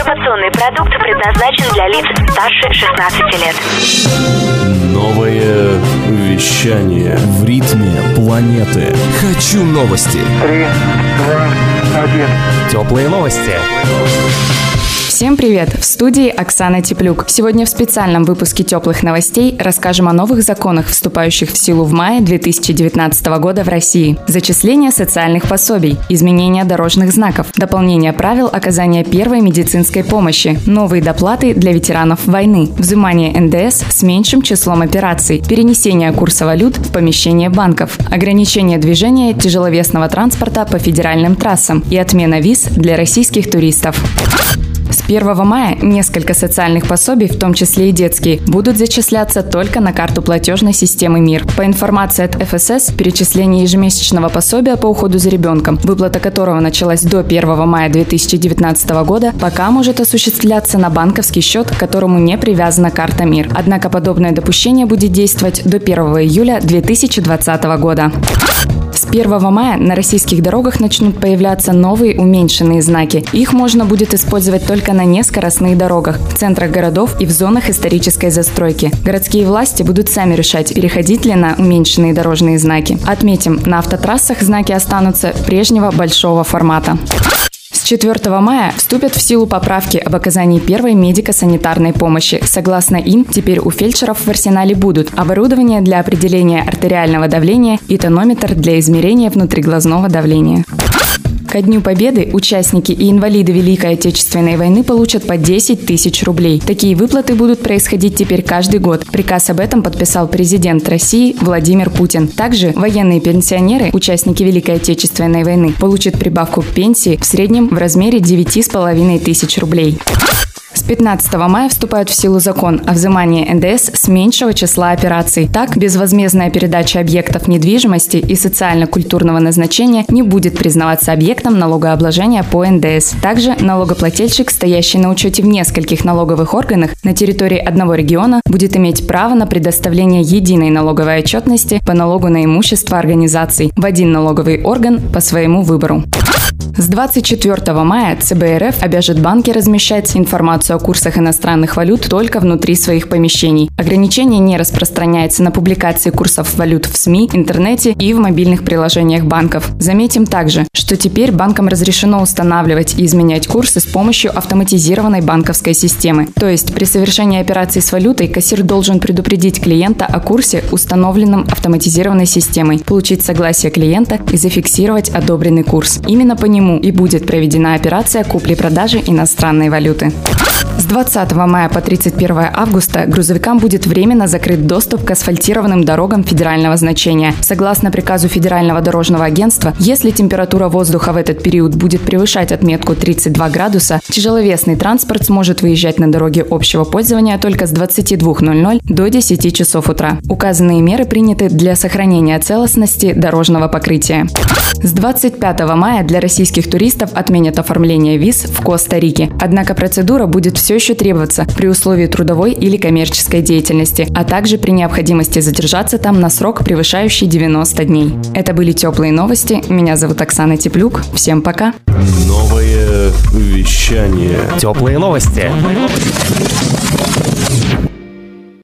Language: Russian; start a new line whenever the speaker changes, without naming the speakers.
Информационный продукт предназначен для лиц старше 16 лет.
Новое вещание в ритме планеты. Хочу новости.
3, 2, 1.
Теплые новости.
Всем привет! В студии Оксана Теплюк. Сегодня в специальном выпуске теплых новостей расскажем о новых законах, вступающих в силу в мае 2019 года в России. Зачисление социальных пособий, изменение дорожных знаков, дополнение правил оказания первой медицинской помощи, новые доплаты для ветеранов войны, взимание НДС с меньшим числом операций, перенесение курса валют в помещение банков, ограничение движения тяжеловесного транспорта по федеральным трассам и отмена виз для российских туристов. С 1 мая несколько социальных пособий, в том числе и детские, будут зачисляться только на карту платежной системы МИР. По информации от ФСС, перечисление ежемесячного пособия по уходу за ребенком, выплата которого началась до 1 мая 2019 года, пока может осуществляться на банковский счет, к которому не привязана карта МИР. Однако подобное допущение будет действовать до 1 июля 2020 года. С 1 мая на российских дорогах начнут появляться новые уменьшенные знаки. Их можно будет использовать только на нескоростных дорогах, в центрах городов и в зонах исторической застройки. Городские власти будут сами решать, переходить ли на уменьшенные дорожные знаки. Отметим, на автотрассах знаки останутся прежнего большого формата. С 4 мая вступят в силу поправки об оказании первой медико-санитарной помощи. Согласно им, теперь у фельдшеров в арсенале будут оборудование для определения артериального давления и тонометр для измерения внутриглазного давления. Ко Дню Победы участники и инвалиды Великой Отечественной войны получат по 10 тысяч рублей. Такие выплаты будут происходить теперь каждый год. Приказ об этом подписал президент России Владимир Путин. Также военные пенсионеры, участники Великой Отечественной войны, получат прибавку к пенсии в среднем в размере 9,5 тысяч рублей. С 15 мая вступает в силу закон о взимании НДС с меньшего числа операций. Так, безвозмездная передача объектов недвижимости и социально-культурного назначения не будет признаваться объектом налогообложения по НДС. Также налогоплательщик, стоящий на учете в нескольких налоговых органах на территории одного региона, будет иметь право на предоставление единой налоговой отчетности по налогу на имущество организаций в один налоговый орган по своему выбору. С 24 мая ЦБ РФ обяжет банки размещать информацию о курсах иностранных валют только внутри своих помещений. Ограничение не распространяется на публикации курсов валют в СМИ, интернете и в мобильных приложениях банков. Заметим также, что теперь банкам разрешено устанавливать и изменять курсы с помощью автоматизированной банковской системы. То есть при совершении операций с валютой кассир должен предупредить клиента о курсе, установленном автоматизированной системой, получить согласие клиента и зафиксировать одобренный курс. Именно по нему и будет проведена операция купли-продажи иностранной валюты. С 20 мая по 31 августа грузовикам будет временно закрыт доступ к асфальтированным дорогам федерального значения. Согласно приказу Федерального дорожного агентства, если температура воздуха в этот период будет превышать отметку 32 градуса, тяжеловесный транспорт сможет выезжать на дороги общего пользования только с 22:00 до 10 часов утра. Указанные меры приняты для сохранения целостности дорожного покрытия. С 25 мая для российских туристов отменят оформление виз в Коста-Рике. Однако процедура будет все еще требоваться при условии трудовой или коммерческой деятельности, а также при необходимости задержаться там на срок, превышающий 90 дней. Это были теплые новости. Меня зовут Оксана Теплюк. Всем пока.
Новое вещание.
Теплые новости.